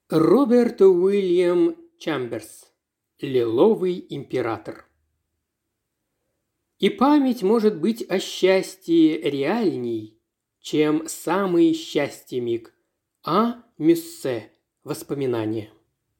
Роберт Уильям Чамберс. Лиловый император. И память может быть о счастье реальней, чем самый счастье миг. А. Мюссе. Воспоминания.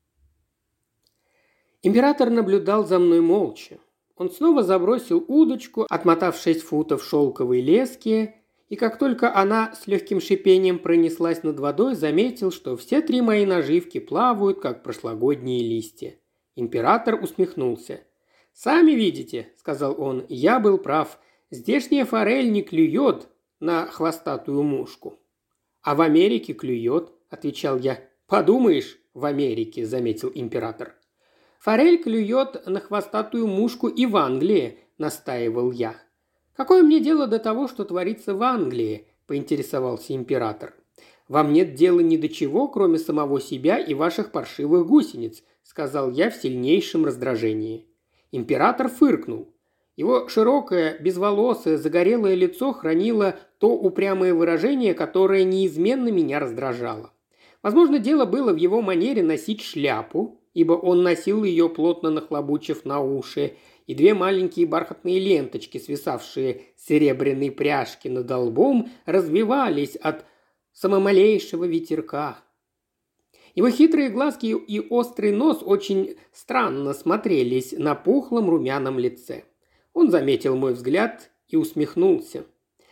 Император наблюдал за мной молча. Он снова забросил удочку, отмотав 6 футов шелковой лески, и как только она с легким шипением пронеслась над водой, заметил, что все 3 мои наживки плавают, как прошлогодние листья. Император усмехнулся. «Сами видите», — сказал он, — «я был прав. Здешняя форель не клюет на хвостатую мушку». «А в Америке клюет», — отвечал я. «Подумаешь, в Америке», — заметил император. «Форель клюет на хвостатую мушку и в Англии», — настаивал я. «Какое мне дело до того, что творится в Англии?» – поинтересовался император. «Вам нет дела ни до чего, кроме самого себя и ваших паршивых гусениц», – сказал я в сильнейшем раздражении. Император фыркнул. Его широкое, безволосое, загорелое лицо хранило то упрямое выражение, которое неизменно меня раздражало. Возможно, дело было в его манере носить шляпу, ибо он носил ее, плотно нахлобучив на уши, и 2 маленькие бархатные ленточки, свисавшие с серебряной пряжки над лбом, развивались от самомалейшего ветерка. Его хитрые глазки и острый нос очень странно смотрелись на пухлом румяном лице. Он заметил мой взгляд и усмехнулся.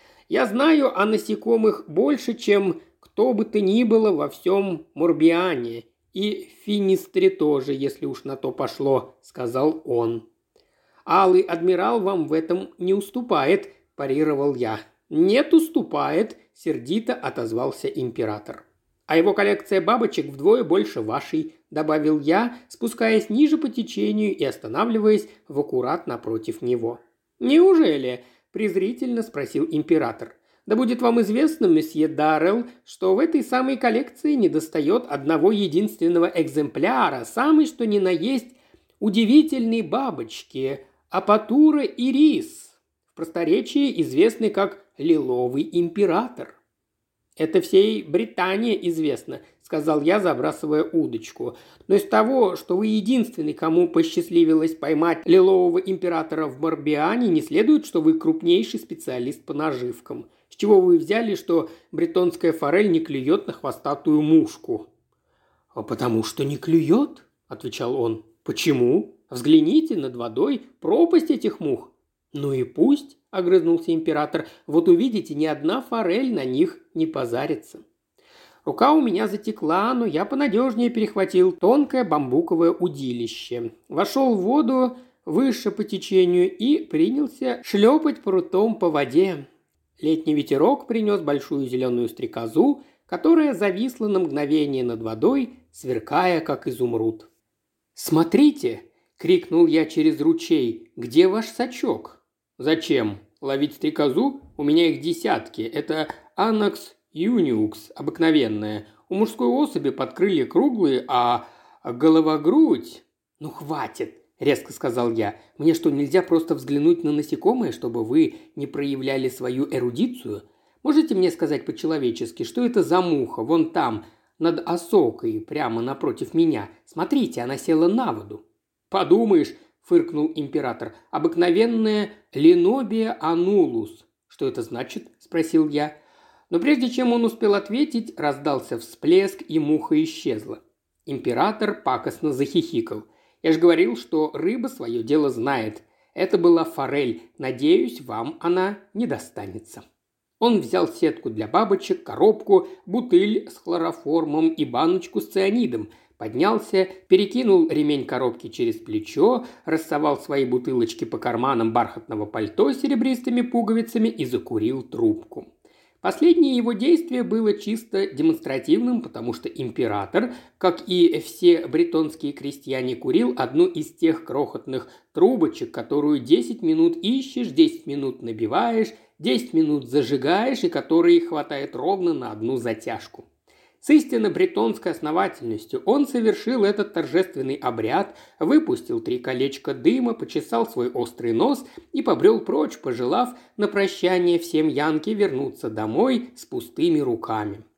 «Я знаю о насекомых больше, чем кто бы то ни было во всем Морбиане, и в Финистре тоже, если уж на то пошло», — сказал он. «Алый адмирал вам в этом не уступает», – парировал я. «Нет, уступает», – сердито отозвался император. «А его коллекция бабочек вдвое больше вашей», – добавил я, спускаясь ниже по течению и останавливаясь в аккурат напротив него. «Неужели?» – презрительно спросил император. «Да будет вам известно, месье Даррелл, что в этой самой коллекции недостает одного единственного экземпляра, самой что ни на есть удивительной бабочки – Апатура ирис, в просторечии известный как Лиловый император». «Это всей Британии известно», – сказал я, забрасывая удочку. «Но из того, что вы единственный, кому посчастливилось поймать Лилового императора в Морбиане, не следует, что вы крупнейший специалист по наживкам. С чего вы взяли, что бретонская форель не клюет на хвостатую мушку?» «А потому что не клюет», – отвечал он. «Почему? Взгляните над водой, пропасть этих мух». «Ну и пусть», – огрызнулся император, – «вот увидите, ни одна форель на них не позарится». Рука у меня затекла, но я понадежнее перехватил тонкое бамбуковое удилище. Вошел в воду выше по течению и принялся шлепать прутом по воде. Летний ветерок принес большую зеленую стрекозу, которая зависла на мгновение над водой, сверкая, как изумруд. «Смотрите!» – крикнул я через ручей. «Где ваш сачок?» «Зачем? Ловить стрекозу? У меня их десятки. Это Анакс юниукс, обыкновенная. У мужской особи подкрылья круглые, а голова-грудь...» «Ну, хватит!» – резко сказал я. «Мне что, нельзя просто взглянуть на насекомое, чтобы вы не проявляли свою эрудицию? Можете мне сказать по-человечески, что это за муха вон там, над осокой, прямо напротив меня? Смотрите, она села на воду». «Подумаешь», – фыркнул император, – «обыкновенная Ленобия анулус». «Что это значит?» – спросил я. Но прежде чем он успел ответить, раздался всплеск, и муха исчезла. Император пакостно захихикал. «Я же говорил, что рыба свое дело знает. Это была форель. Надеюсь, вам она не достанется». Он взял сетку для бабочек, коробку, бутыль с хлороформом и баночку с цианидом, поднялся, перекинул ремень коробки через плечо, рассовал свои бутылочки по карманам бархатного пальто с серебристыми пуговицами и закурил трубку. Последнее его действие было чисто демонстративным, потому что император, как и все бретонские крестьяне, курил одну из тех крохотных трубочек, которую 10 минут ищешь, 10 минут набиваешь, 10 минут зажигаешь и которой хватает ровно на одну затяжку. С истинно бретонской основательностью он совершил этот торжественный обряд, выпустил 3 колечка дыма, почесал свой острый нос и побрел прочь, пожелав на прощание всем янки вернуться домой с пустыми руками.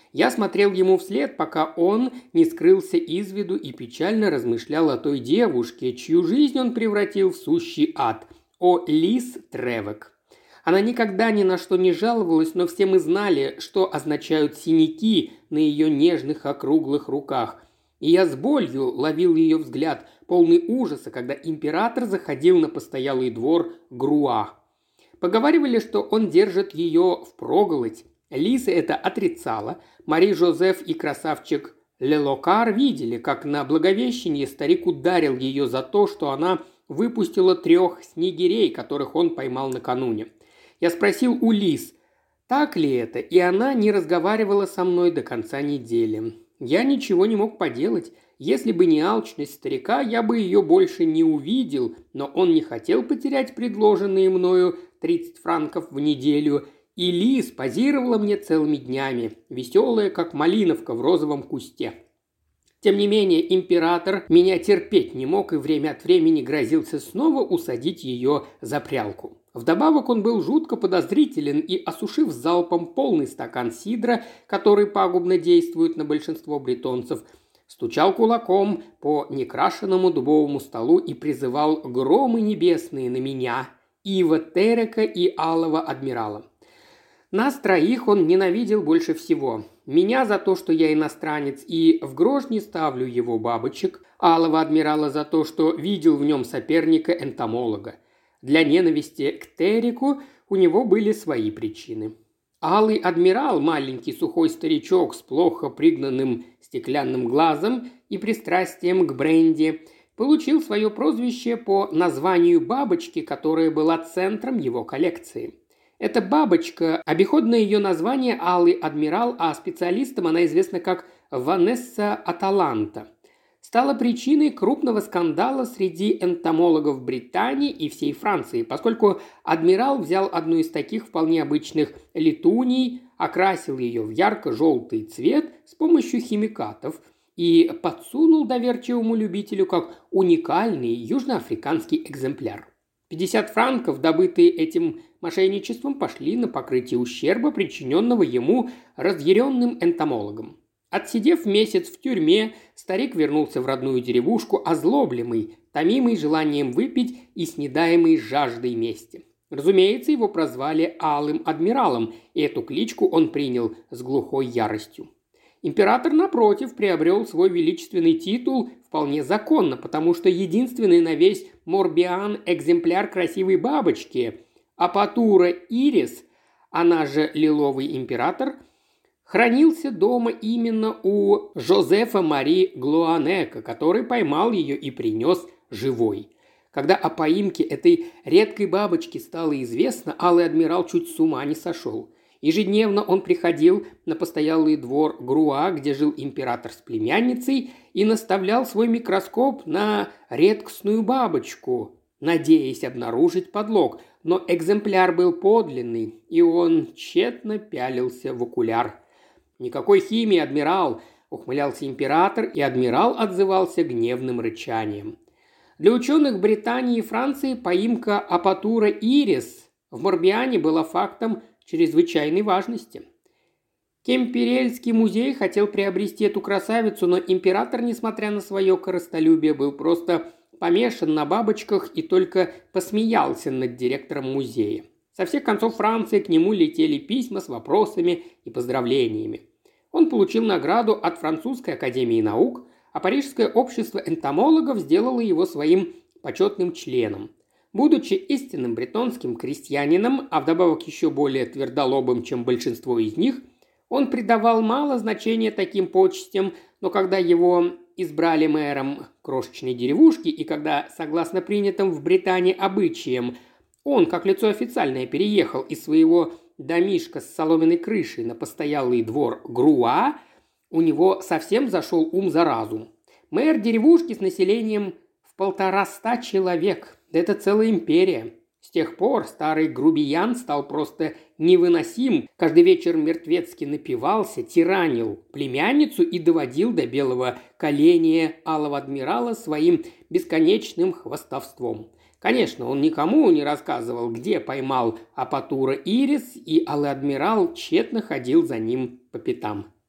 Я смотрел ему вслед, пока он не скрылся из виду и печально размышлял о той девушке, чью жизнь он превратил в сущий ад, о Лиз Тревек. Она никогда ни на что не жаловалась, но все мы знали, что означают синяки на ее нежных округлых руках. И я с болью ловил ее взгляд, полный ужаса, когда император заходил на постоялый двор Груа. Поговаривали, что он держит ее впроголодь. Лиза это отрицала. Мари-Жозеф и красавчик Лелокар видели, как на Благовещенье старик ударил ее за то, что она выпустила 3 снегирей, которых он поймал накануне. Я спросил у Лиз, так ли это, и она не разговаривала со мной до конца недели. Я ничего не мог поделать. Если бы не алчность старика, я бы ее больше не увидел, но он не хотел потерять предложенные мною 30 франков в неделю, и Лиз позировала мне целыми днями, веселая, как малиновка в розовом кусте. Тем не менее, император меня терпеть не мог и время от времени грозился снова усадить ее за прялку. Вдобавок он был жутко подозрителен и, осушив залпом полный стакан сидра, который пагубно действует на большинство бретонцев, стучал кулаком по некрашенному дубовому столу и призывал громы небесные на меня, Ива Терека и Алого Адмирала. Нас 3 он ненавидел больше всего. Меня за то, что я иностранец и в грош не ставлю его бабочек, Алого Адмирала за то, что видел в нем соперника-энтомолога. Для ненависти к Тереку у него были свои причины. Алый Адмирал, маленький сухой старичок с плохо пригнанным стеклянным глазом и пристрастием к бренди, получил свое прозвище по названию бабочки, которая была центром его коллекции. Эта бабочка, обиходное ее название Алый Адмирал, а специалистам она известна как Ванесса Аталанта, стала причиной крупного скандала среди энтомологов Британии и всей Франции, поскольку адмирал взял одну из таких вполне обычных летуний, окрасил ее в ярко-желтый цвет с помощью химикатов и подсунул доверчивому любителю как уникальный южноафриканский экземпляр. 50 франков, добытые этим мошенничеством, пошли на покрытие ущерба, причиненного ему разъяренным энтомологом. Отсидев месяц в тюрьме, старик вернулся в родную деревушку, озлобленный, томимый желанием выпить и снедаемый жаждой мести. Разумеется, его прозвали Алым Адмиралом, и эту кличку он принял с глухой яростью. Император, напротив, приобрел свой величественный титул вполне законно, потому что единственный на весь Морбиан экземпляр красивой бабочки, Апатура ирис, она же Лиловый император, хранился дома именно у Жозефа Мари Глуанека, который поймал ее и принес живой. Когда о поимке этой редкой бабочки стало известно, Алый Адмирал чуть с ума не сошел. Ежедневно он приходил на постоялый двор Груа, где жил император с племянницей, и наставлял свой микроскоп на редкостную бабочку, надеясь обнаружить подлог. Но экземпляр был подлинный, и он тщетно пялился в окуляр. «Никакой химии, адмирал!» – ухмылялся император, и адмирал отзывался гневным рычанием. Для ученых Британии и Франции поимка Апатура ирис в Морбиане была фактом чрезвычайной важности. Кемперельский музей хотел приобрести эту красавицу, но император, несмотря на свое корыстолюбие, был просто помешан на бабочках и только посмеялся над директором музея. Со всех концов Франции к нему летели письма с вопросами и поздравлениями. Он получил награду от Французской академии наук, а Парижское общество энтомологов сделало его своим почетным членом. Будучи истинным бретонским крестьянином, а вдобавок еще более твердолобым, чем большинство из них, он придавал мало значения таким почестям, но когда его избрали мэром крошечной деревушки и когда, согласно принятым в Британии обычаям, он, как лицо официальное, переехал из своего домишка с соломенной крышей на постоялый двор Груа, у него совсем зашел ум за разум. Мэр деревушки с населением в 150 человек. Да это целая империя. С тех пор старый грубиян стал просто невыносим. Каждый вечер мертвецки напивался, тиранил племянницу и доводил до белого коленя Алого Адмирала своим бесконечным хвастовством. Конечно, он никому не рассказывал, где поймал Апатура ирис, и Алый Адмирал тщетно ходил за ним по пятам.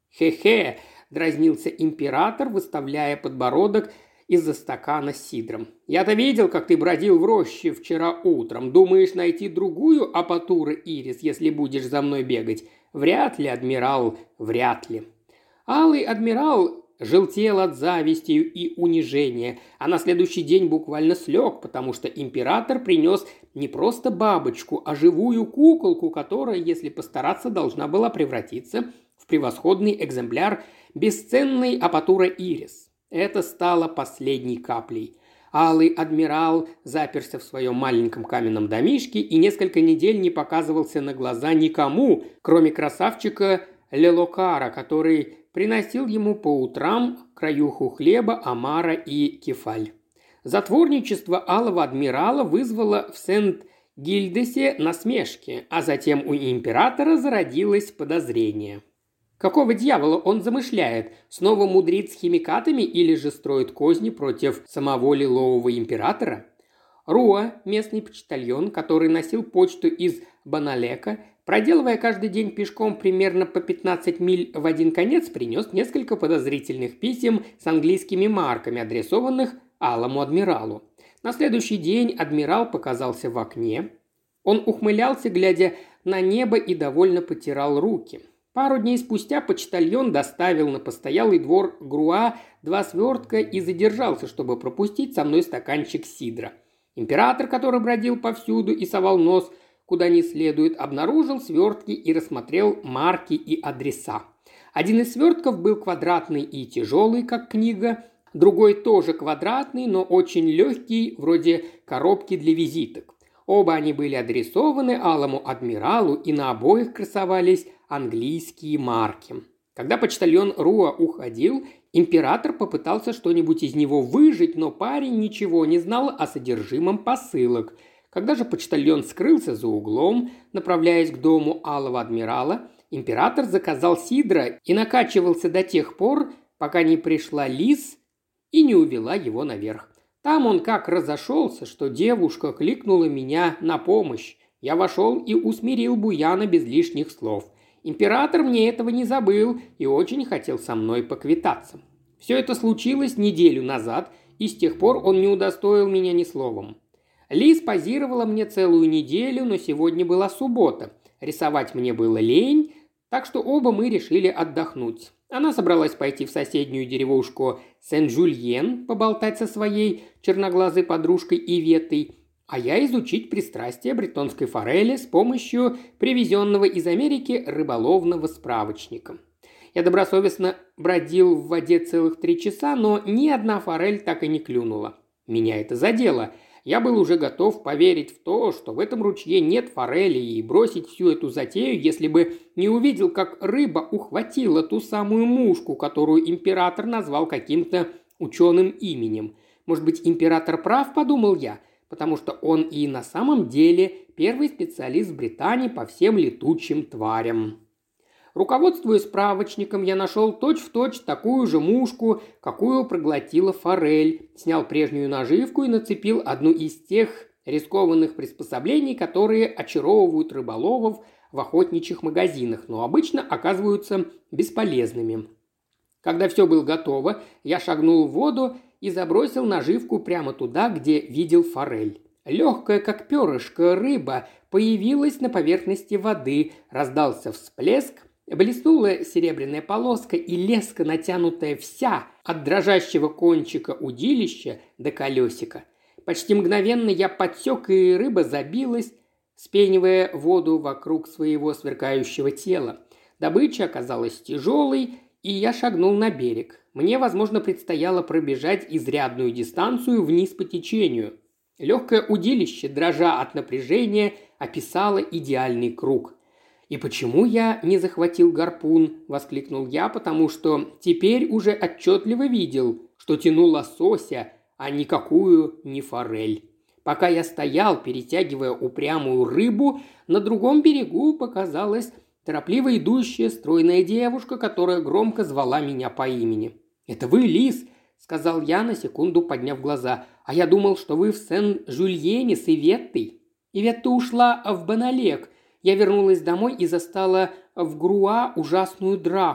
«Хе-хе», – дразнился император, выставляя подбородок из-за стакана с сидром. «Я-то видел, как ты бродил в роще вчера утром. Думаешь найти другую апатуру, Ирис, если будешь за мной бегать? Вряд ли, адмирал, вряд ли». Алый адмирал желтел от зависти и унижения, а на следующий день буквально слег, потому что император принес не просто бабочку, а живую куколку, которая, если постараться, должна была превратиться в превосходный экземпляр бесценной апатуры Ирис. Это стало последней каплей. Алый адмирал заперся в своем маленьком каменном домишке и несколько недель не показывался на глаза никому, кроме красавчика Лелокара, который приносил ему по утрам краюху хлеба, омара и кефаль. Затворничество Алого адмирала вызвало в Сент-Гильдесе насмешки, а затем у императора зародилось подозрение. Какого дьявола он замышляет? Снова мудрит с химикатами или же строит козни против самого лилового императора? Руа, местный почтальон, который носил почту из Баналека, проделывая каждый день пешком примерно по 15 миль в один конец, принес несколько подозрительных писем с английскими марками, адресованных Алому адмиралу. На следующий день адмирал показался в окне. Он ухмылялся, глядя на небо, и довольно потирал руки. Пару дней спустя почтальон доставил на постоялый двор Груа 2 свертка и задержался, чтобы пропустить со мной стаканчик сидра. Император, который бродил повсюду и совал нос куда не следует, обнаружил свертки и рассмотрел марки и адреса. Один из свертков был квадратный и тяжелый, как книга, другой тоже квадратный, но очень легкий, вроде коробки для визиток. Оба они были адресованы Алому адмиралу, и на обоих красовались английские марки. Когда почтальон Руа уходил, император попытался что-нибудь из него выжать, но парень ничего не знал о содержимом посылок. Когда же почтальон скрылся за углом, направляясь к дому Алого адмирала, император заказал сидра и накачивался до тех пор, пока не пришла Лиз и не увела его наверх. Там он как разошелся, что девушка кликнула меня на помощь. Я вошел и усмирил буяна без лишних слов. Император мне этого не забыл и очень хотел со мной поквитаться. Все это случилось неделю назад, и с тех пор он не удостоил меня ни словом. Лиз позировала мне целую неделю, но сегодня была суббота. Рисовать мне было лень, так что оба мы решили отдохнуть. Она собралась пойти в соседнюю деревушку Сен-Жульен, поболтать со своей черноглазой подружкой Иветой, а я изучить пристрастие бретонской форели с помощью привезенного из Америки рыболовного справочника. Я добросовестно бродил в воде целых 3 часа, но ни одна форель так и не клюнула. Меня это задело. Я был уже готов поверить в то, что в этом ручье нет форели, и бросить всю эту затею, если бы не увидел, как рыба ухватила ту самую мушку, которую император назвал каким-то ученым именем. Может быть, император прав, подумал я, потому что он и на самом деле первый специалист в Британии по всем летучим тварям. Руководствуясь справочником, я нашел точь-в-точь такую же мушку, какую проглотила форель, снял прежнюю наживку и нацепил одну из тех рискованных приспособлений, которые очаровывают рыболовов в охотничьих магазинах, но обычно оказываются бесполезными. Когда все было готово, я шагнул в воду и забросил наживку прямо туда, где видел форель. Легкая, как перышко, рыба появилась на поверхности воды, раздался всплеск, блеснула серебряная полоска, и леска, натянутая вся, от дрожащего кончика удилища до колесика. Почти мгновенно я подсек, и рыба забилась, вспенивая воду вокруг своего сверкающего тела. Добыча оказалась тяжелой, и я шагнул на берег. Мне, возможно, предстояло пробежать изрядную дистанцию вниз по течению. Легкое удилище, дрожа от напряжения, описало идеальный круг. «И почему я не захватил гарпун?» – воскликнул я, потому что теперь уже отчетливо видел, что тяну лосося, а никакую не форель. Пока я стоял, перетягивая упрямую рыбу, на другом берегу показалась торопливо идущая стройная девушка, которая громко звала меня по имени. «Это вы, Лиз?» – сказал я, на секунду подняв глаза. «А я думал, что вы в Сен-Жульене с Иветтой». Иветта ушла в Баналек. Я вернулась домой и застала в Груа ужасную драку.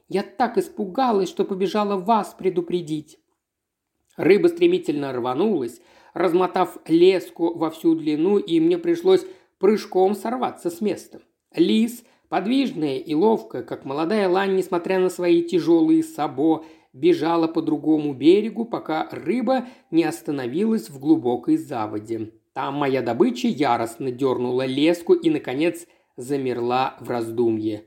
Я так испугалась, что побежала вас предупредить». Рыба стремительно рванулась, размотав леску во всю длину, и мне пришлось прыжком сорваться с места. Лис, подвижная и ловкая, как молодая лань, несмотря на свои тяжелые сабо, бежала по другому берегу, пока рыба не остановилась в глубокой заводе. Там моя добыча яростно дернула леску и, наконец, замерла в раздумье.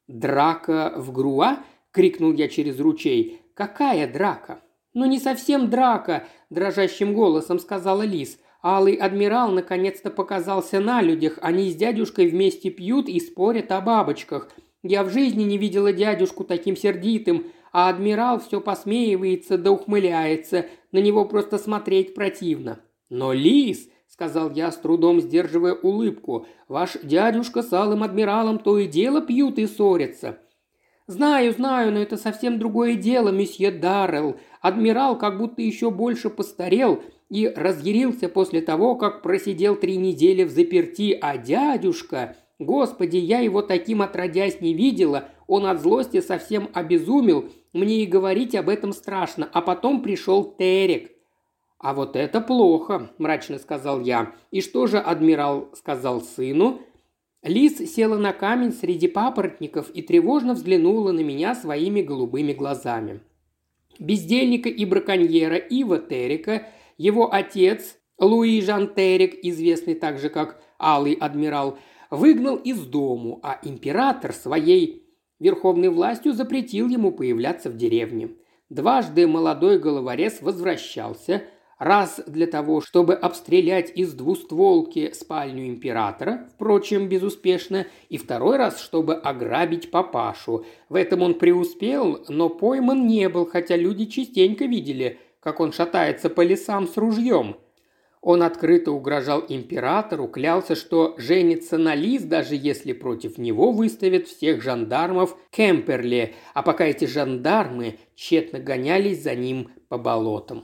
«Драка в Груа?» – крикнул я через ручей. «Какая драка?» «Ну, не совсем драка», – дрожащим голосом сказала Лис. «Алый адмирал наконец-то показался на людях. Они с дядюшкой вместе пьют и спорят о бабочках. Я в жизни не видела дядюшку таким сердитым, а адмирал все посмеивается да ухмыляется. На него просто смотреть противно». «Но, Лис», – сказал я, с трудом сдерживая улыбку, – «ваш дядюшка с алым адмиралом то и дело пьют и ссорятся». «Знаю, но это совсем другое дело, месье Даррелл. Адмирал как будто еще больше постарел и разъярился после того, как просидел 3 недели в заперти, а дядюшка... Господи, я его таким отродясь не видела, он от злости совсем обезумел, мне и говорить об этом страшно, а потом пришел Терек». «А вот это плохо», – мрачно сказал я. «И что же адмирал сказал сыну?» Лис села на камень среди папоротников и тревожно взглянула на меня своими голубыми глазами. Бездельника и браконьера Ива Терека, его отец Луи Жан Терек, известный также как Алый адмирал, выгнал из дому, а император своей верховной властью запретил ему появляться в деревне. Дважды молодой головорез возвращался, раз для того, чтобы обстрелять из двустволки спальню императора, впрочем, безуспешно, и второй раз, чтобы ограбить папашу. В этом он преуспел, но пойман не был, хотя люди частенько видели, как он шатается по лесам с ружьем. Он открыто угрожал императору, клялся, что женится на Лис, даже если против него выставят всех жандармов Кемперли, а пока эти жандармы тщетно гонялись за ним по болотам.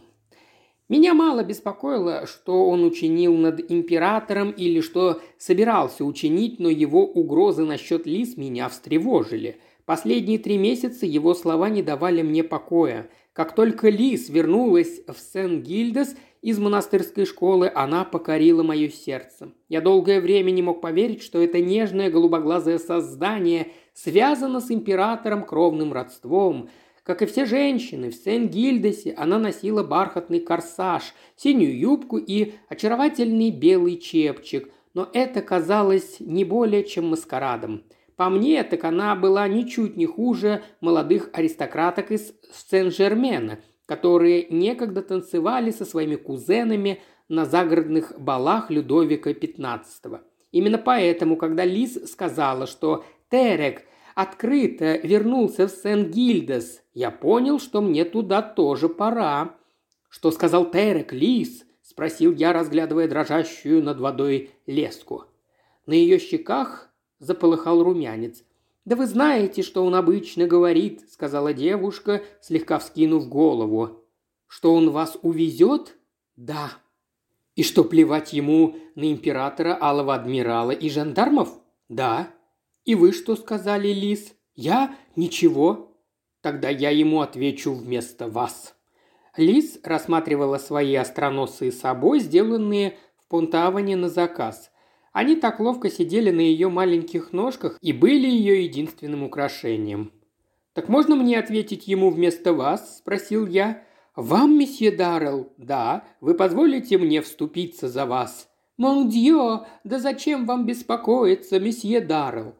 Меня мало беспокоило, что он учинил над императором или что собирался учинить, но его угрозы насчет Лис меня встревожили. Последние 3 месяца его слова не давали мне покоя. Как только Лис вернулась в Сен-Гильдес из монастырской школы, она покорила мое сердце. Я долгое время не мог поверить, что это нежное голубоглазое создание связано с императором кровным родством. Как и все женщины, в Сен-Гильдесе она носила бархатный корсаж, синюю юбку и очаровательный белый чепчик, но это казалось не более чем маскарадом. По мне, так она была ничуть не хуже молодых аристократок из Сен-Жермена, которые некогда танцевали со своими кузенами на загородных балах Людовика XV. Именно поэтому, когда Лис сказала, что Терек открыто вернулся в Сен-Гильдес, я понял, что мне туда тоже пора. «Что сказал Терек, Лис?» – спросил я, разглядывая дрожащую над водой леску. На ее щеках заполыхал румянец. «Да вы знаете, что он обычно говорит», – сказала девушка, слегка вскинув голову. «Что он вас увезет?» «Да». «И что, плевать ему на императора, алого адмирала и жандармов?» «Да». «И вы что сказали, Лис?» «Я? Ничего». «Тогда я ему отвечу вместо вас». Лис рассматривала свои остроносые собой, сделанные в Пунтаване на заказ. Они так ловко сидели на ее маленьких ножках и были ее единственным украшением. «Так можно мне ответить ему вместо вас?» – спросил я. «Вам, месье Даррелл?» «Да. Вы позволите мне вступиться за вас?» «Мон дьё, да зачем вам беспокоиться, месье Даррелл?»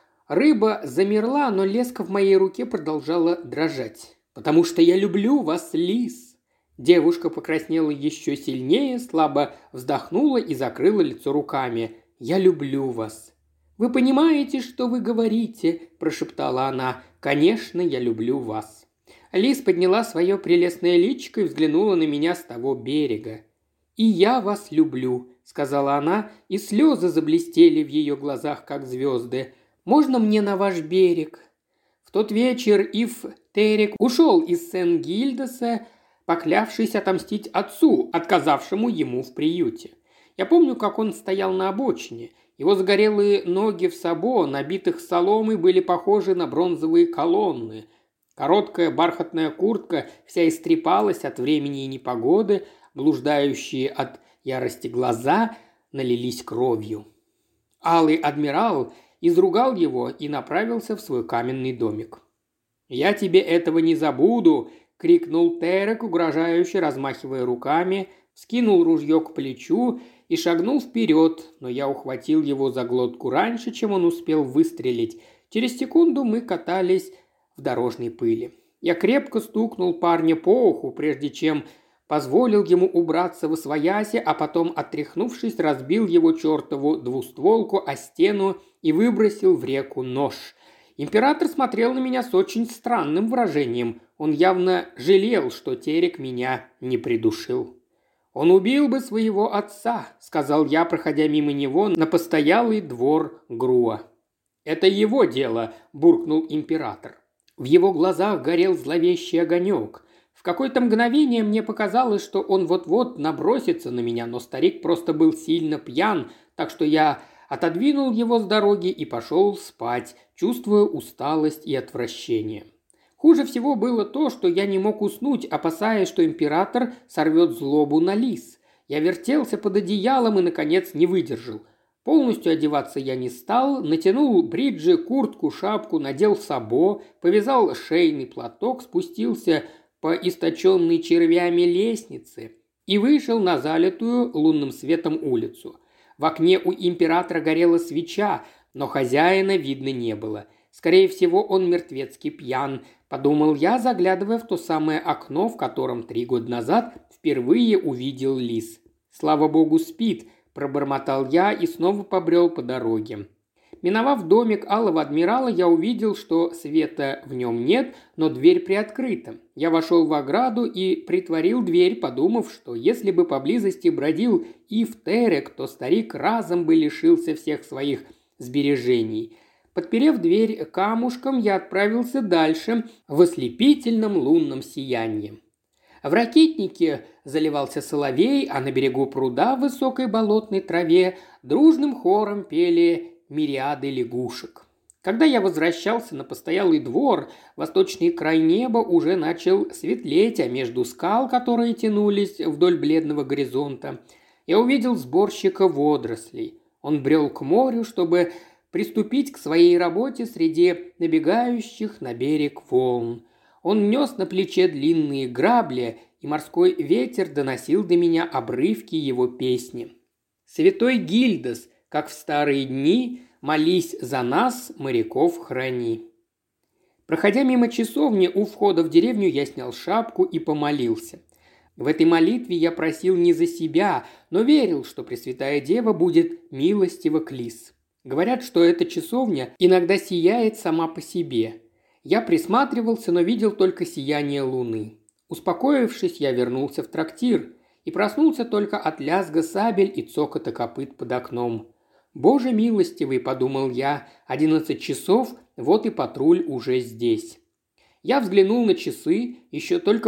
Рыба замерла, но леска в моей руке продолжала дрожать. «Потому что я люблю вас, Лис!» Девушка покраснела еще сильнее, слабо вздохнула и закрыла лицо руками. «Я люблю вас!» «Вы понимаете, что вы говорите?» – прошептала она. «Конечно, я люблю вас!» Лис подняла свое прелестное личико и взглянула на меня с того берега. «И я вас люблю», – сказала она, и слезы заблестели в ее глазах, как звезды. «Можно мне на ваш берег?» В тот вечер Ив Терек ушел из Сен-Гильдеса, поклявшись отомстить отцу, отказавшему ему в приюте. Я помню, как он стоял на обочине. Его загорелые ноги в сабо, набитых соломой, были похожи на бронзовые колонны. Короткая бархатная куртка вся истрепалась от времени и непогоды, блуждающие от ярости глаза налились кровью. Алый адмирал изругал его и направился в свой каменный домик. «Я тебе этого не забуду!» – крикнул Терек, угрожающе размахивая руками, вскинул ружье к плечу и шагнул вперед, но я ухватил его за глотку раньше, чем он успел выстрелить. Через секунду мы катались в дорожной пыли. Я крепко стукнул парня по уху, прежде чем позволил ему убраться восвояси, а потом, отряхнувшись, разбил его чертову двустволку о стену и выбросил в реку нож. Император смотрел на меня с очень странным выражением. Он явно жалел, что Терек меня не придушил. «Он убил бы своего отца», — сказал я, проходя мимо него на постоялый двор Груа. «Это его дело», – буркнул император. В его глазах горел зловещий огонек. В какое-то мгновение мне показалось, что он вот-вот набросится на меня, но старик просто был сильно пьян, так что я отодвинул его с дороги и пошел спать, чувствуя усталость и отвращение. Хуже всего было то, что я не мог уснуть, опасаясь, что император сорвет злобу на лис. Я вертелся под одеялом и, наконец, не выдержал. Полностью одеваться я не стал, натянул бриджи, куртку, шапку, надел сабо, повязал шейный платок, спустился по источенной червями лестнице и вышел на залитую лунным светом улицу. В окне у императора горела свеча, но хозяина видно не было. Скорее всего, он мертвецки пьян, подумал я, заглядывая в то самое окно, в котором 3 года назад впервые увидел лис. Слава богу, спит, пробормотал я и снова побрел по дороге. Миновав домик Алого адмирала, я увидел, что света в нем нет, но дверь приоткрыта. Я вошел в ограду и притворил дверь, подумав, что если бы поблизости бродил Ив Терек, то старик разом бы лишился всех своих сбережений. Подперев дверь камушком, я отправился дальше в ослепительном лунном сиянии. В ракитнике заливался соловей, а на берегу пруда в высокой болотной траве дружным хором пели мириады лягушек. Когда я возвращался на постоялый двор, восточный край неба уже начал светлеть, а между скал, которые тянулись вдоль бледного горизонта, я увидел сборщика водорослей. Он брел к морю, чтобы приступить к своей работе среди набегающих на берег волн. Он нес на плече длинные грабли, и морской ветер доносил до меня обрывки его песни. «Святой Гильдас, как в старые дни, молись за нас, моряков храни». Проходя мимо часовни у входа в деревню, я снял шапку и помолился. В этой молитве я просил не за себя, но верил, что Пресвятая Дева будет милостива к лис. Говорят, что эта часовня иногда сияет сама по себе. Я присматривался, но видел только сияние луны. Успокоившись, я вернулся в трактир и проснулся только от лязга сабель и цокота копыт под окном. «Боже милостивый», — подумал я, — 11 часов, вот и патруль уже здесь. Я взглянул на часы, еще только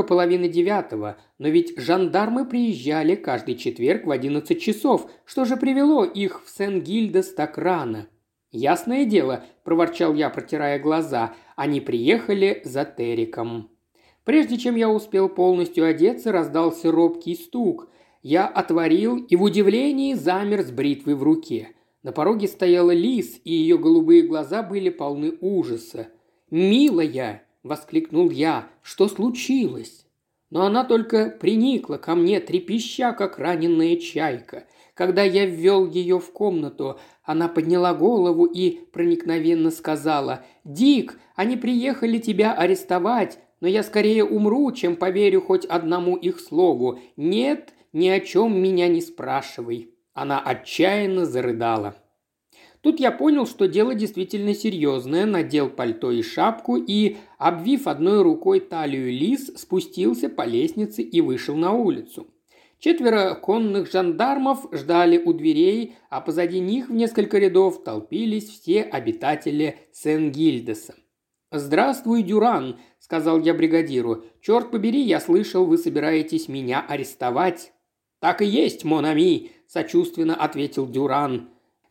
8:30, но ведь жандармы приезжали каждый четверг в 11 часов. Что же привело их в Сен-Гильдас так рано? «Ясное дело», – проворчал я, протирая глаза, – «они приехали за Териком». Прежде чем я успел полностью одеться, раздался робкий стук. Я отворил и в удивлении замер с бритвой в руке. На пороге стояла Лис, и ее голубые глаза были полны ужаса. «Милая!» – воскликнул я. «Что случилось?» Но она только приникла ко мне, трепеща, как раненая чайка. Когда я ввел ее в комнату, она подняла голову и проникновенно сказала: «Дик, они приехали тебя арестовать, но я скорее умру, чем поверю хоть одному их слову. Нет, ни о чем меня не спрашивай». Она отчаянно зарыдала. Тут я понял, что дело действительно серьезное, надел пальто и шапку и, обвив одной рукой талию Лис, спустился по лестнице и вышел на улицу. 4 конных жандармов ждали у дверей, а позади них в несколько рядов толпились все обитатели Сен-Гильдеса. «Здравствуй, Дюран», – сказал я бригадиру. «Черт побери, я слышал, вы собираетесь меня арестовать». «Так и есть, мон ами», – сочувственно ответил Дюран.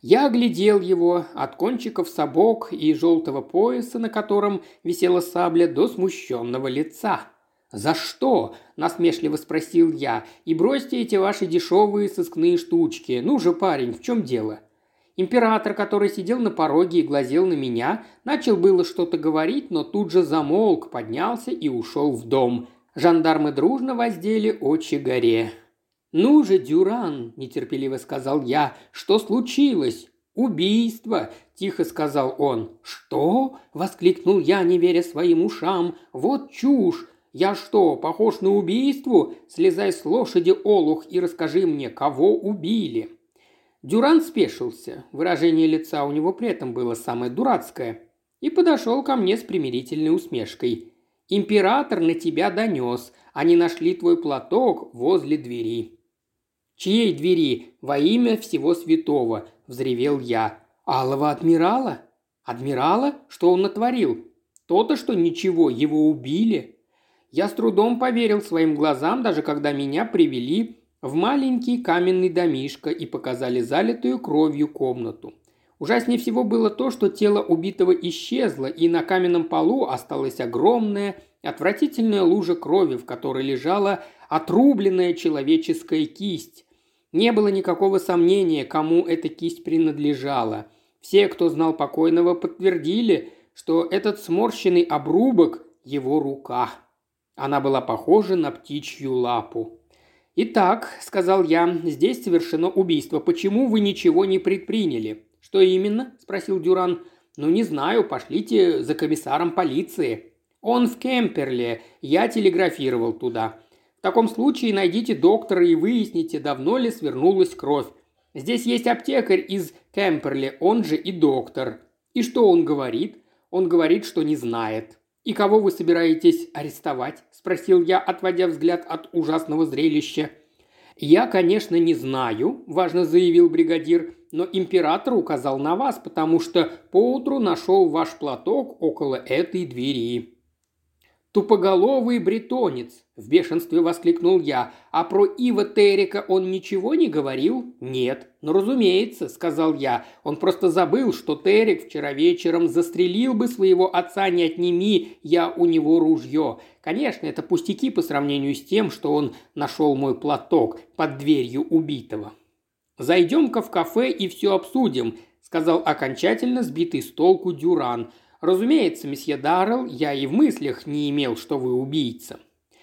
Я оглядел его от кончиков сапог и желтого пояса, на котором висела сабля, до смущенного лица. «За что?» – насмешливо спросил я. «И бросьте эти ваши дешевые сыскные штучки. Ну же, парень, в чем дело?» Император, который сидел на пороге и глазел на меня, начал было что-то говорить, но тут же замолк, поднялся и ушел в дом. Жандармы дружно воздели очи горе. «Ну же, Дюран!» – нетерпеливо сказал я. «Что случилось?» «Убийство!» – тихо сказал он. «Что?» – воскликнул я, не веря своим ушам. «Вот чушь! Я что, похож на убийство? Слезай с лошади, олух, и расскажи мне, кого убили!» Дюран спешился, выражение лица у него при этом было самое дурацкое, и подошел ко мне с примирительной усмешкой. «Император на тебя донес, они нашли твой платок возле двери». «Чьей двери? Во имя всего святого!» – взревел я. «Алого адмирала? Адмирала? Что он натворил? То-то, что ничего, его убили». Я с трудом поверил своим глазам, даже когда меня привели в маленький каменный домишко и показали залитую кровью комнату. Ужаснее всего было то, что тело убитого исчезло, и на каменном полу осталась огромная, отвратительная лужа крови, в которой лежала отрубленная человеческая кисть. Не было никакого сомнения, кому эта кисть принадлежала. Все, кто знал покойного, подтвердили, что этот сморщенный обрубок – его рука. Она была похожа на птичью лапу. «Итак», – сказал я, – «здесь совершено убийство. Почему вы ничего не предприняли?» «Что именно?» – спросил Дюран. «Ну, не знаю. Пошлите за комиссаром полиции». «Он в Кемперле. Я телеграфировал туда. В таком случае найдите доктора и выясните, давно ли свернулась кровь. Здесь есть аптекарь из Кемперли, он же и доктор. И что он говорит?» «Он говорит, что не знает». «И кого вы собираетесь арестовать?» – спросил я, отводя взгляд от ужасного зрелища. «Я, конечно, не знаю», – важно заявил бригадир, – «но император указал на вас, потому что поутру нашел ваш платок около этой двери». «Тупоголовый бретонец!» – в бешенстве воскликнул я. «А про Ива Террика он ничего не говорил?» «Нет». «Ну, разумеется», – сказал я. «Он просто забыл, что Террик вчера вечером застрелил бы своего отца, не отними я у него ружье. Конечно, это пустяки по сравнению с тем, что он нашел мой платок под дверью убитого». «Зайдем-ка в кафе и все обсудим», – сказал окончательно сбитый с толку Дюран. «Разумеется, месье Даррелл, я и в мыслях не имел, что вы убийца».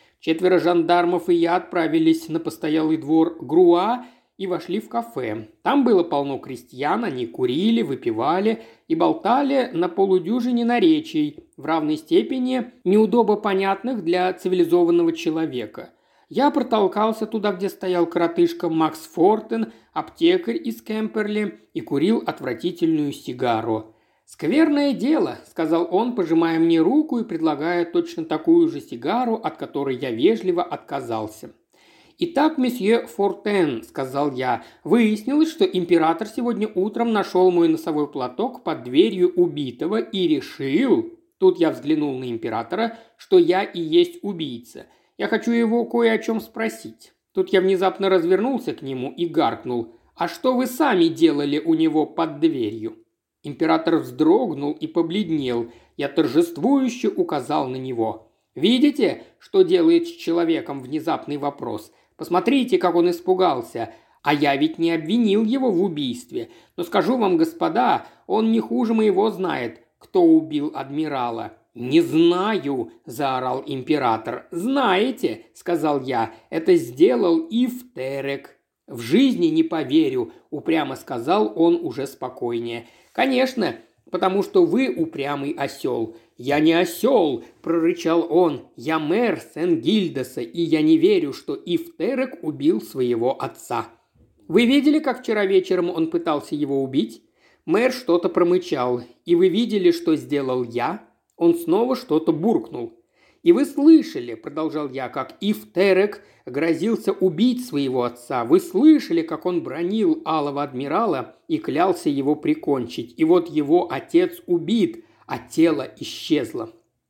4 жандармов и я отправились на постоялый двор Груа и вошли в кафе. Там было полно крестьян, они курили, выпивали и болтали на полудюжине наречий, в равной степени неудобно понятных для цивилизованного человека. Я протолкался туда, где стоял коротышка Макс Фортен, аптекарь из Кемперли, и курил отвратительную сигару. «Скверное дело», – сказал он, пожимая мне руку и предлагая точно такую же сигару, от которой я вежливо отказался. «Итак, месье Фортен», – сказал я, – «выяснилось, что император сегодня утром нашел мой носовой платок под дверью убитого и решил...» Тут я взглянул на императора, что я и есть убийца. Я хочу его кое о чем спросить. Тут я внезапно развернулся к нему и гаркнул. «А что вы сами делали у него под дверью?» Император вздрогнул и побледнел. Я торжествующе указал на него. «Видите, что делает с человеком внезапный вопрос? Посмотрите, как он испугался. А я ведь не обвинил его в убийстве. Но скажу вам, господа, он не хуже моего знает, кто убил адмирала». «Не знаю», – заорал император. «Знаете», – сказал я, – «это сделал Ив Террик». «В жизни не поверю», – упрямо сказал он уже спокойнее. «Конечно, потому что вы упрямый осел». «Я не осел», – прорычал он. «Я мэр Сен-Гильдеса, и я не верю, что Ив Террик убил своего отца». «Вы видели, как вчера вечером он пытался его убить?» Мэр что-то промычал. «И вы видели, что сделал я?» Он снова что-то буркнул. «И вы слышали, – продолжал я, – как Ив Террик грозился убить своего отца. Вы слышали, как он бранил алого адмирала и клялся его прикончить. И вот его отец убит, а тело исчезло».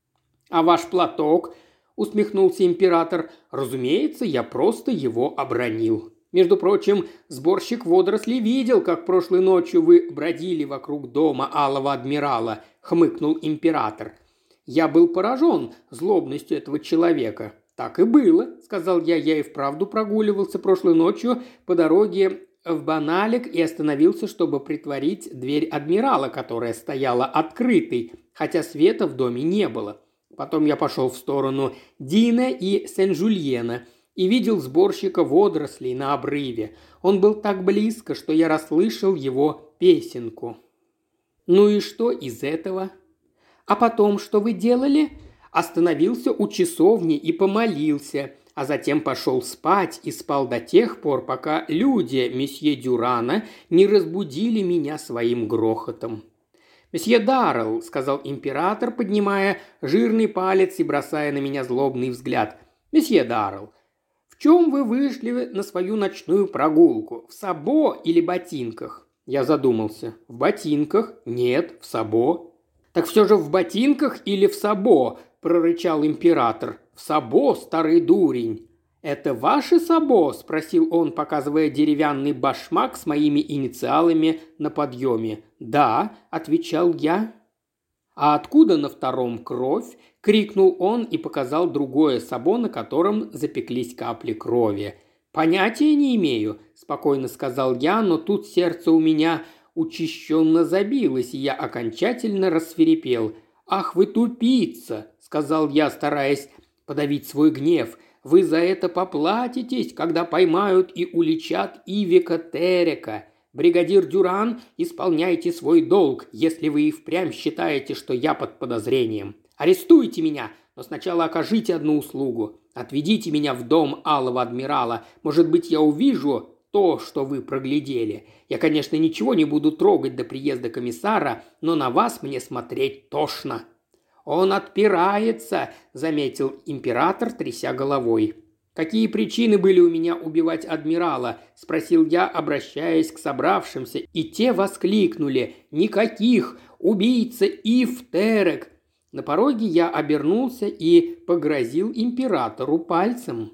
«А ваш платок?» – усмехнулся император. «Разумеется, я просто его обронил». Между прочим, сборщик водорослей видел, как прошлой ночью вы бродили вокруг дома Алого Адмирала», – хмыкнул император. Я был поражен злобностью этого человека. «Так и было», – сказал я и вправду прогуливался прошлой ночью по дороге в Баналик и остановился, чтобы притворить дверь адмирала, которая стояла открытой, хотя света в доме не было. Потом я пошел в сторону Дина и Сен-Жульена и видел сборщика водорослей на обрыве. Он был так близко, что я расслышал его песенку. «Ну и что из этого?» «А потом что вы делали?» «Остановился у часовни и помолился, а затем пошел спать и спал до тех пор, пока люди месье Дюрана не разбудили меня своим грохотом». «Месье Даррелл», – сказал император, поднимая жирный палец и бросая на меня злобный взгляд. «Месье Даррелл, в чем вы вышли на свою ночную прогулку? В сабо или ботинках?» Я задумался. «В ботинках? Нет, в сабо». «Так все же в ботинках или в сабо?» – прорычал император. «В сабо, старый дурень». «Это ваше сабо?» – спросил он, показывая деревянный башмак с моими инициалами на подъеме. «Да», – отвечал я. «А откуда на втором кровь?» – крикнул он и показал другое сабо, на котором запеклись капли крови. «Понятия не имею», – спокойно сказал я, но тут сердце у меня учащенно забилось, и я окончательно рассвирепел. «Ах вы тупица!» – сказал я, стараясь подавить свой гнев. «Вы за это поплатитесь, когда поймают и уличат Ивика Терека. Бригадир Дюран, исполняйте свой долг, если вы и впрямь считаете, что я под подозрением. Арестуйте меня, но сначала окажите одну услугу. Отведите меня в дом Алого Адмирала. Может быть, я увижу то, что вы проглядели. Я, конечно, ничего не буду трогать до приезда комиссара, но на вас мне смотреть тошно». «Он отпирается», – заметил император, тряся головой. «Какие причины были у меня убивать адмирала?» – спросил я, обращаясь к собравшимся, и те воскликнули. «Никаких! Убийца Ив Терек!» На пороге я обернулся и погрозил императору пальцем.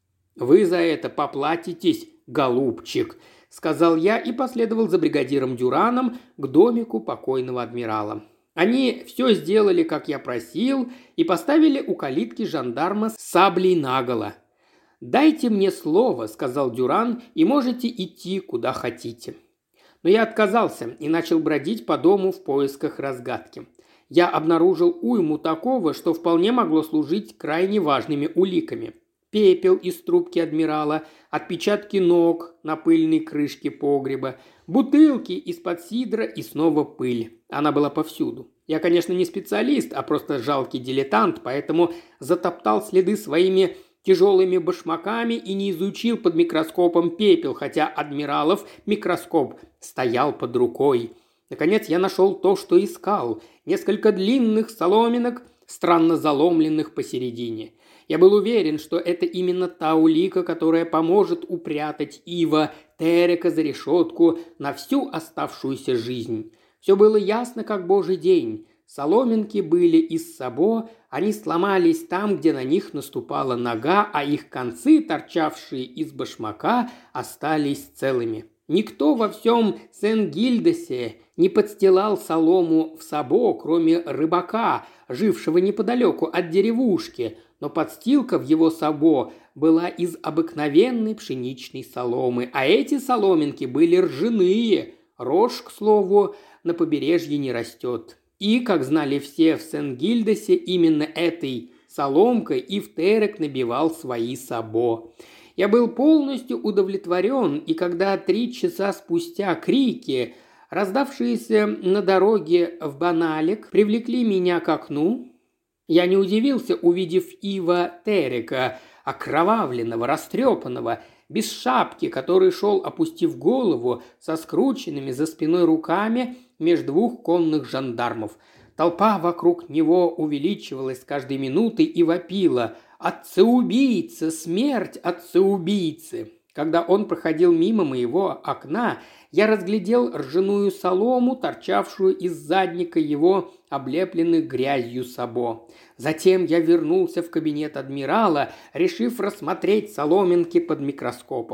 «Вы за это поплатитесь, голубчик», – сказал я и последовал за бригадиром Дюраном к домику покойного адмирала. Они все сделали, как я просил, и поставили у калитки жандарма с саблей наголо. «Дайте мне слово», – сказал Дюран, – «и можете идти, куда хотите». Но я отказался и начал бродить по дому в поисках разгадки. Я обнаружил уйму такого, что вполне могло служить крайне важными уликами. Пепел из трубки адмирала, отпечатки ног на пыльной крышке погреба, бутылки из-под сидра и снова пыль. Она была повсюду. Я, конечно, не специалист, а просто жалкий дилетант, поэтому затоптал следы своими тяжелыми башмаками и не изучил под микроскопом пепел, хотя адмиралов микроскоп стоял под рукой. Наконец я нашел то, что искал. Несколько длинных соломинок, странно заломленных посередине. Я был уверен, что это именно та улика, которая поможет упрятать Ива Терека за решетку на всю оставшуюся жизнь. Все было ясно, как божий день. Соломинки были из сабо, они сломались там, где на них наступала нога, а их концы, торчавшие из башмака, остались целыми. Никто во всем Сен-Гильдесе не подстилал солому в сабо, кроме рыбака, жившего неподалеку от деревушки, но подстилка в его сабо была из обыкновенной пшеничной соломы, а эти соломинки были ржаные. Рожь, к слову, на побережье не растет. И, как знали все в Сен-Гильдесе, именно этой соломкой Ив Терек набивал свои сабо. Я был полностью удовлетворен, и когда 3 часа спустя крики, раздавшиеся на дороге в Баналик, привлекли меня к окну, я не удивился, увидев Ива Терека, окровавленного, растрепанного, без шапки, который шел, опустив голову, со скрученными за спиной руками между 2 конных жандармов. Толпа вокруг него увеличивалась с каждой минутой и вопила: «Отца-убийца! Смерть отца-убийцы!» Когда он проходил мимо моего окна, я разглядел ржаную солому, торчавшую из задника его облепленных грязью сабо. Затем я вернулся в кабинет адмирала, решив рассмотреть соломинки под микроскопом.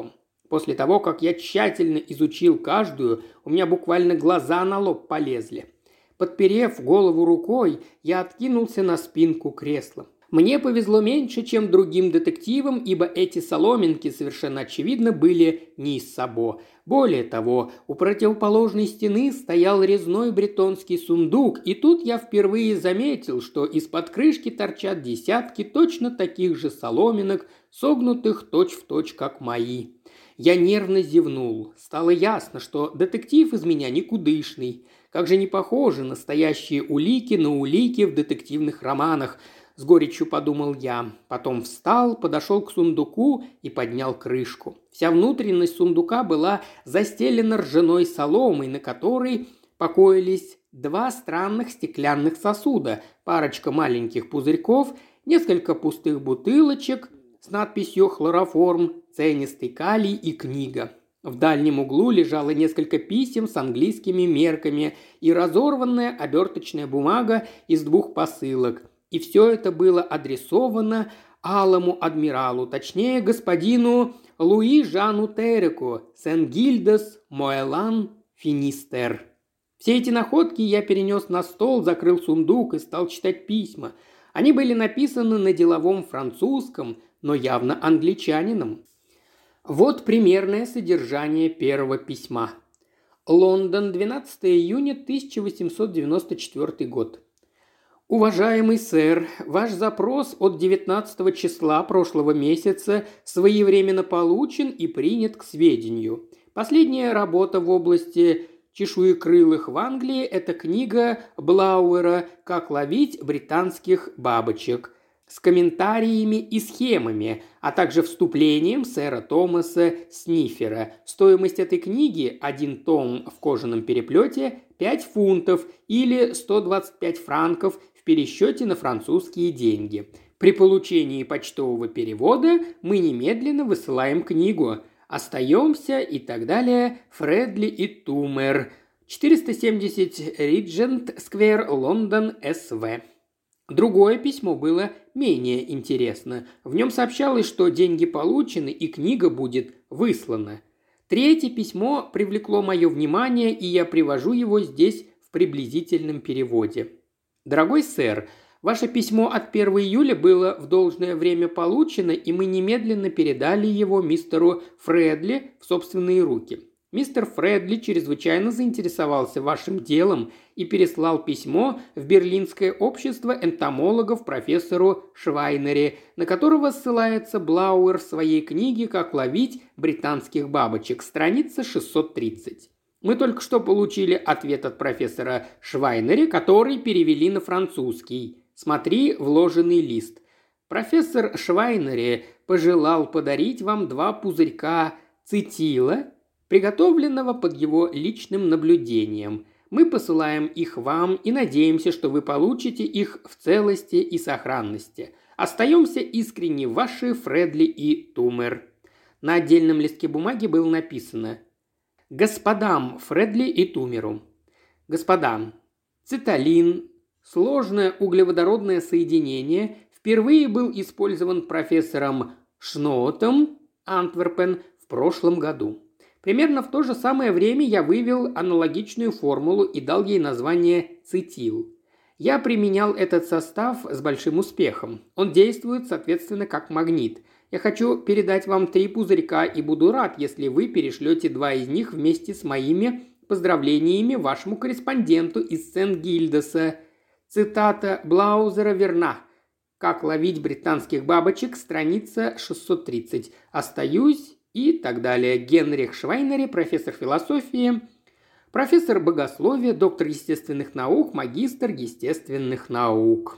После того, как я тщательно изучил каждую, у меня буквально глаза на лоб полезли. Подперев голову рукой, я откинулся на спинку кресла. Мне повезло меньше, чем другим детективам, ибо эти соломинки совершенно очевидно были не из Сабо. Более того, у противоположной стены стоял резной бретонский сундук, и тут я впервые заметил, что из-под крышки торчат десятки точно таких же соломинок, согнутых точь-в-точь, как мои. Я нервно зевнул. Стало ясно, что детектив из меня никудышный. Как же не похожи настоящие улики на улики в детективных романах, с горечью подумал я. Потом встал, подошел к сундуку и поднял крышку. Вся внутренность сундука была застелена ржаной соломой, на которой покоились два странных стеклянных сосуда, парочка маленьких пузырьков, несколько пустых бутылочек с надписью «Хлороформ», ценистый калий и книга. В дальнем углу лежало несколько писем с английскими мерками и разорванная оберточная бумага из 2 посылок. И все это было адресовано алому адмиралу, точнее господину Луи Жану Тереку, Сен-Гильдас, Моэлан, Финистер. Все эти находки я перенес на стол, закрыл сундук и стал читать письма. Они были написаны на деловом французском, но явно англичанином. Вот примерное содержание первого письма. Лондон, 12 июня 1894 год. Уважаемый сэр, ваш запрос от 19 числа прошлого месяца своевременно получен и принят к сведению. Последняя работа в области чешуекрылых в Англии – это книга Блауэра «Как ловить британских бабочек» с комментариями и схемами, а также вступлением сэра Томаса Сниффера. Стоимость этой книги, 1 том в кожаном переплете, 5 фунтов или 125 франков в пересчете на французские деньги. При получении почтового перевода мы немедленно высылаем книгу. Остаемся и так далее. Фредли и Тумер. 470 Риджент Сквер, Лондон, СВ. Другое письмо было менее интересно. В нем сообщалось, что деньги получены и книга будет выслана. Третье письмо привлекло мое внимание, и я привожу его здесь в приблизительном переводе. Дорогой сэр, ваше письмо от 1 июля было в должное время получено, и мы немедленно передали его мистеру Фредли в собственные руки. Мистер Фредли чрезвычайно заинтересовался вашим делом и переслал письмо в Берлинское общество энтомологов профессору Швайнере, на которого ссылается Блауэр в своей книге «Как ловить британских бабочек», страница 630. Мы только что получили ответ от профессора Швайнере, который перевели на французский. Смотри вложенный лист. Профессор Швайнере пожелал подарить вам 2 пузырька цитила, приготовленного под его личным наблюдением. Мы посылаем их вам и надеемся, что вы получите их в целости и сохранности. Остаемся искренне ваши Фредли и Тумер. На отдельном листке бумаги было написано: господам Фредли и Тумеру. Господа, циталин, сложное углеводородное соединение, впервые был использован профессором Шноутом, Антверпен, в прошлом году. Примерно в то же самое время я вывел аналогичную формулу и дал ей название цитил. Я применял этот состав с большим успехом. Он действует, соответственно, как магнит. Я хочу передать вам 3 пузырька и буду рад, если вы перешлете 2 из них вместе с моими поздравлениями вашему корреспонденту из Сен-Гильдаса. Цитата Блаузера верна. «Как ловить британских бабочек», страница 630. Остаюсь и так далее. Генрих Швайнере, профессор философии, профессор богословия, доктор естественных наук, магистр естественных наук.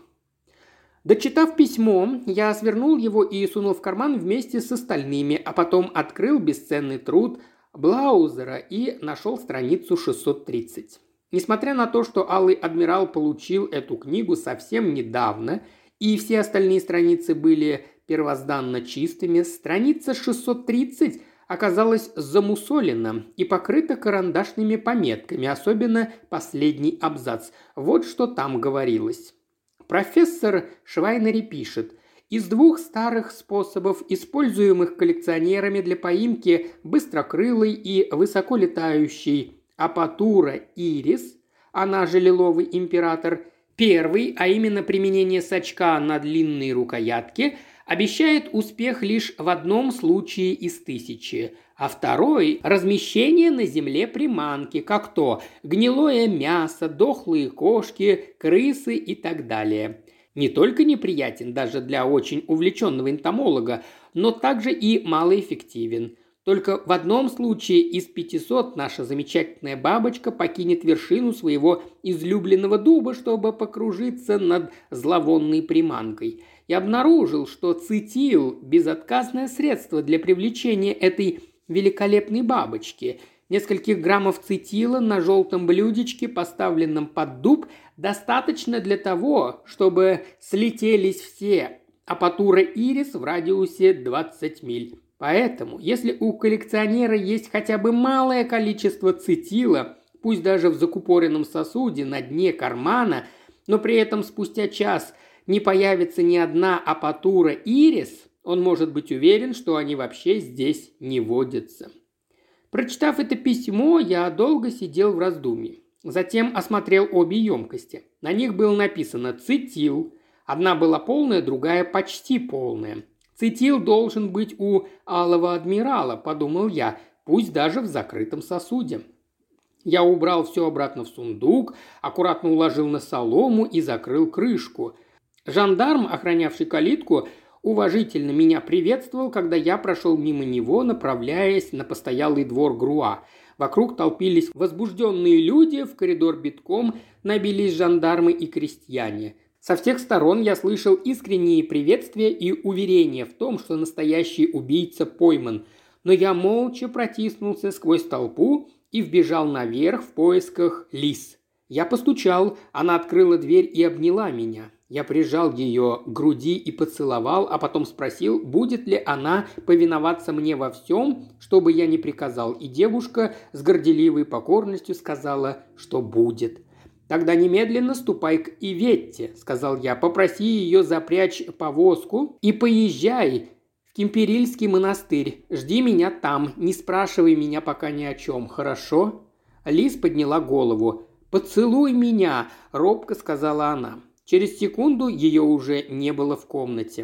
Дочитав письмо, я свернул его и сунул в карман вместе с остальными, а потом открыл бесценный труд Блаузера и нашел страницу 630. Несмотря на то, что Алый Адмирал получил эту книгу совсем недавно, и все остальные страницы были первозданно чистыми, страница 630 оказалась замусолена и покрыта карандашными пометками, особенно последний абзац. Вот что там говорилось. Профессор Швайнере пишет: Из двух старых способов, используемых коллекционерами для поимки быстрокрылой и высоколетающей апатура ирис, она же лиловый император, первый, а именно применение сачка на длинной рукоятке, обещает успех лишь в одном случае из 1000, а второй – размещение на земле приманки, как то гнилое мясо, дохлые кошки, крысы и так далее. Не только неприятен даже для очень увлеченного энтомолога, но также и малоэффективен. Только в одном случае из 500 наша замечательная бабочка покинет вершину своего излюбленного дуба, чтобы покружиться над зловонной приманкой. Я обнаружил, что цитил – безотказное средство для привлечения этой великолепной бабочки. Нескольких граммов цитила на желтом блюдечке, поставленном под дуб, достаточно для того, чтобы слетелись все апатура ирис в радиусе 20 миль. Поэтому, если у коллекционера есть хотя бы малое количество цитила, пусть даже в закупоренном сосуде на дне кармана, но при этом спустя час не появится ни одна апатура ирис, он может быть уверен, что они вообще здесь не водятся. Прочитав это письмо, я долго сидел в раздумье. Затем осмотрел обе емкости. На них было написано «цитил». Одна была полная, другая почти полная. «Цитил должен быть у Алого Адмирала», – подумал я, пусть даже в закрытом сосуде. Я убрал все обратно в сундук, аккуратно уложил на солому и закрыл крышку. Жандарм, охранявший калитку, уважительно меня приветствовал, когда я прошел мимо него, направляясь на постоялый двор Груа. Вокруг толпились возбужденные люди, в коридор битком набились жандармы и крестьяне. Со всех сторон я слышал искренние приветствия и уверения в том, что настоящий убийца пойман. Но я молча протиснулся сквозь толпу и вбежал наверх в поисках Лис. Я постучал, она открыла дверь и обняла меня. Я прижал ее к груди и поцеловал, а потом спросил, будет ли она повиноваться мне во всем, что бы я ни приказал, и девушка с горделивой покорностью сказала, что будет. «Тогда немедленно ступай к Иветте», – сказал я, – «попроси ее запрячь повозку и поезжай в Кемперильский монастырь. Жди меня там, не спрашивай меня пока ни о чем, хорошо?» Лис подняла голову. «Поцелуй меня», – робко сказала она. Через секунду ее уже не было в комнате.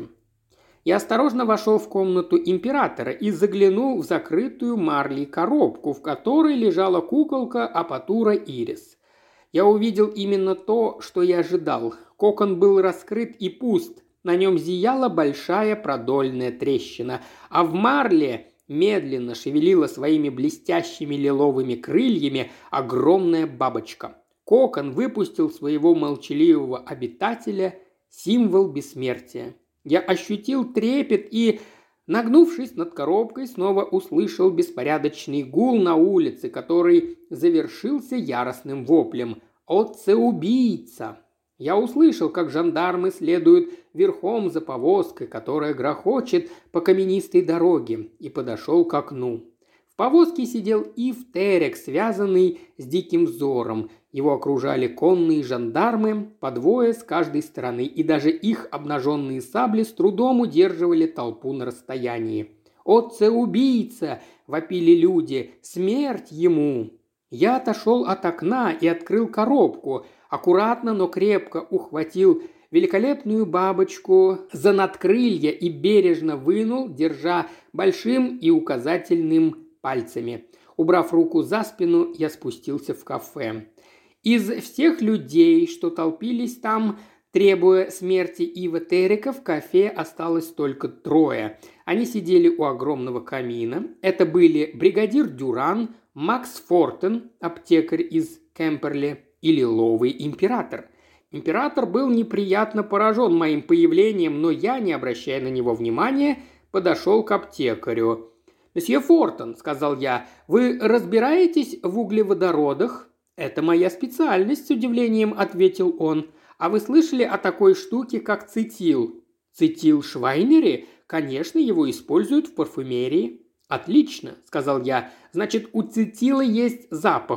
Я осторожно вошел в комнату императора и заглянул в закрытую марлей коробку, в которой лежала куколка апатура ирис. Я увидел именно то, что я ожидал. Кокон был раскрыт и пуст. На нем зияла большая продольная трещина, а в марле медленно шевелила своими блестящими лиловыми крыльями огромная бабочка. Кокон выпустил своего молчаливого обитателя, символ бессмертия. Я ощутил трепет и, нагнувшись над коробкой, снова услышал беспорядочный гул на улице, который завершился яростным воплем «Отце-убийца!». Я услышал, как жандармы следуют верхом за повозкой, которая грохочет по каменистой дороге, и подошел к окну. В повозке сидел Ив Терек, связанный с диким взором. Его окружали конные жандармы, по двое с каждой стороны, и даже их обнаженные сабли с трудом удерживали толпу на расстоянии. «Отце-убийца!» – вопили люди. «Смерть ему!» Я отошел от окна и открыл коробку, аккуратно, но крепко ухватил великолепную бабочку за надкрылья и бережно вынул, держа большим и указательным пальцами. Убрав руку за спину, я спустился в кафе. Из всех людей, что толпились там, требуя смерти Ива Терека, в кафе осталось только 3. Они сидели у огромного камина. Это были бригадир Дюран, Макс Фортен, аптекарь из Кемперли, и лиловый император. Император был неприятно поражен моим появлением, но я, не обращая на него внимания, подошел к аптекарю. «Месье Фортен», – сказал я, – «вы разбираетесь в углеводородах?» «Это моя специальность», – с удивлением ответил он. «А вы слышали о такой штуке, как цитил?» «Цитил Швайнери? Конечно, его используют в парфюмерии». «Отлично», – сказал я. «Значит, у цитила есть запах.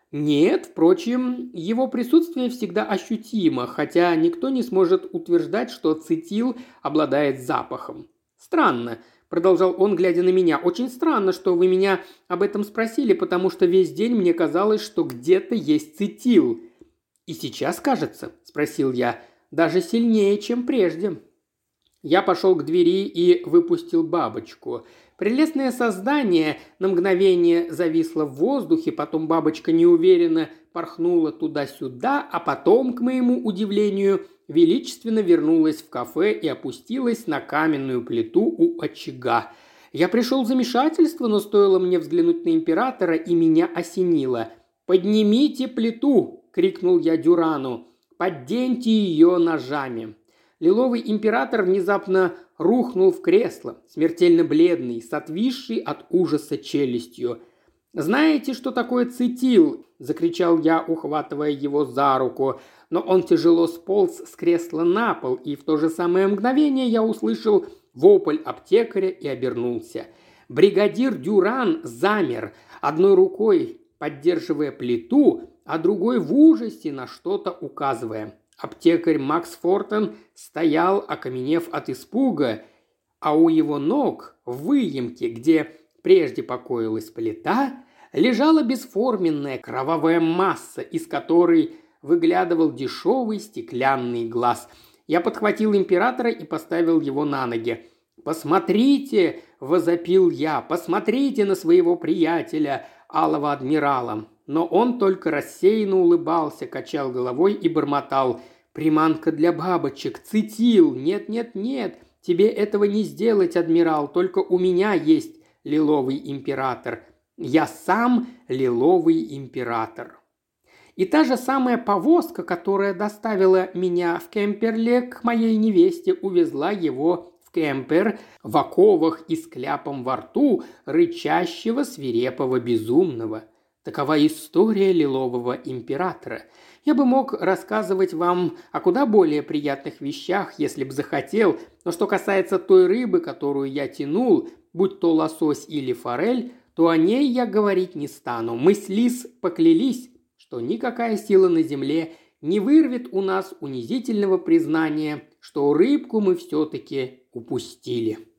Нет, впрочем, его присутствие всегда ощутимо, хотя никто не сможет утверждать, что цитил обладает запахом. Странно, продолжал он, глядя на меня, очень странно, что вы меня об этом спросили, потому что весь день мне казалось, что где-то есть цитил. И сейчас, кажется, спросил я, даже сильнее, чем прежде. Я пошел к двери и выпустил бабочку. Прелестное создание на мгновение зависло в воздухе, потом бабочка неуверенно порхнула туда-сюда, а потом, к моему удивлению, величественно вернулась в кафе и опустилась на каменную плиту у очага. Я пришел в замешательство, но стоило мне взглянуть на императора, и меня осенило. «Поднимите плиту!» – крикнул я Дюрану. «Подденьте ее ножами!» Лиловый император внезапно рухнул в кресло, смертельно бледный, с отвисшей от ужаса челюстью. «Знаете, что такое цитил?» – закричал я, ухватывая его за руку. Но он тяжело сполз с кресла на пол, и в то же самое мгновение я услышал вопль аптекаря и обернулся. Бригадир Дюран замер, одной рукой поддерживая плиту, а другой в ужасе на что-то указывая. Аптекарь Макс Фортен стоял, окаменев от испуга, а у его ног, в выемке, где прежде покоилась плита, лежала бесформенная кровавая масса, из которой выглядывал дешевый стеклянный глаз. Я подхватил императора и поставил его на ноги. «Посмотрите!» – возопил я. «Посмотрите на своего приятеля, алого адмирала!» Но он только рассеянно улыбался, качал головой и бормотал. «Приманка для бабочек, цитил! Нет, тебе этого не сделать, адмирал, только у меня есть лиловый император. Я сам лиловый император». И та же самая повозка, которая доставила меня в Кемперле к моей невесте, увезла его в Кемпер в оковах и с кляпом во рту рычащего свирепого безумного. Такова история лилового императора. Я бы мог рассказывать вам о куда более приятных вещах, если бы захотел, но что касается той рыбы, которую я тянул, будь то лосось или форель, то о ней я говорить не стану. Мы с Лиз поклялись, что никакая сила на земле не вырвет у нас унизительного признания, что рыбку мы все-таки упустили.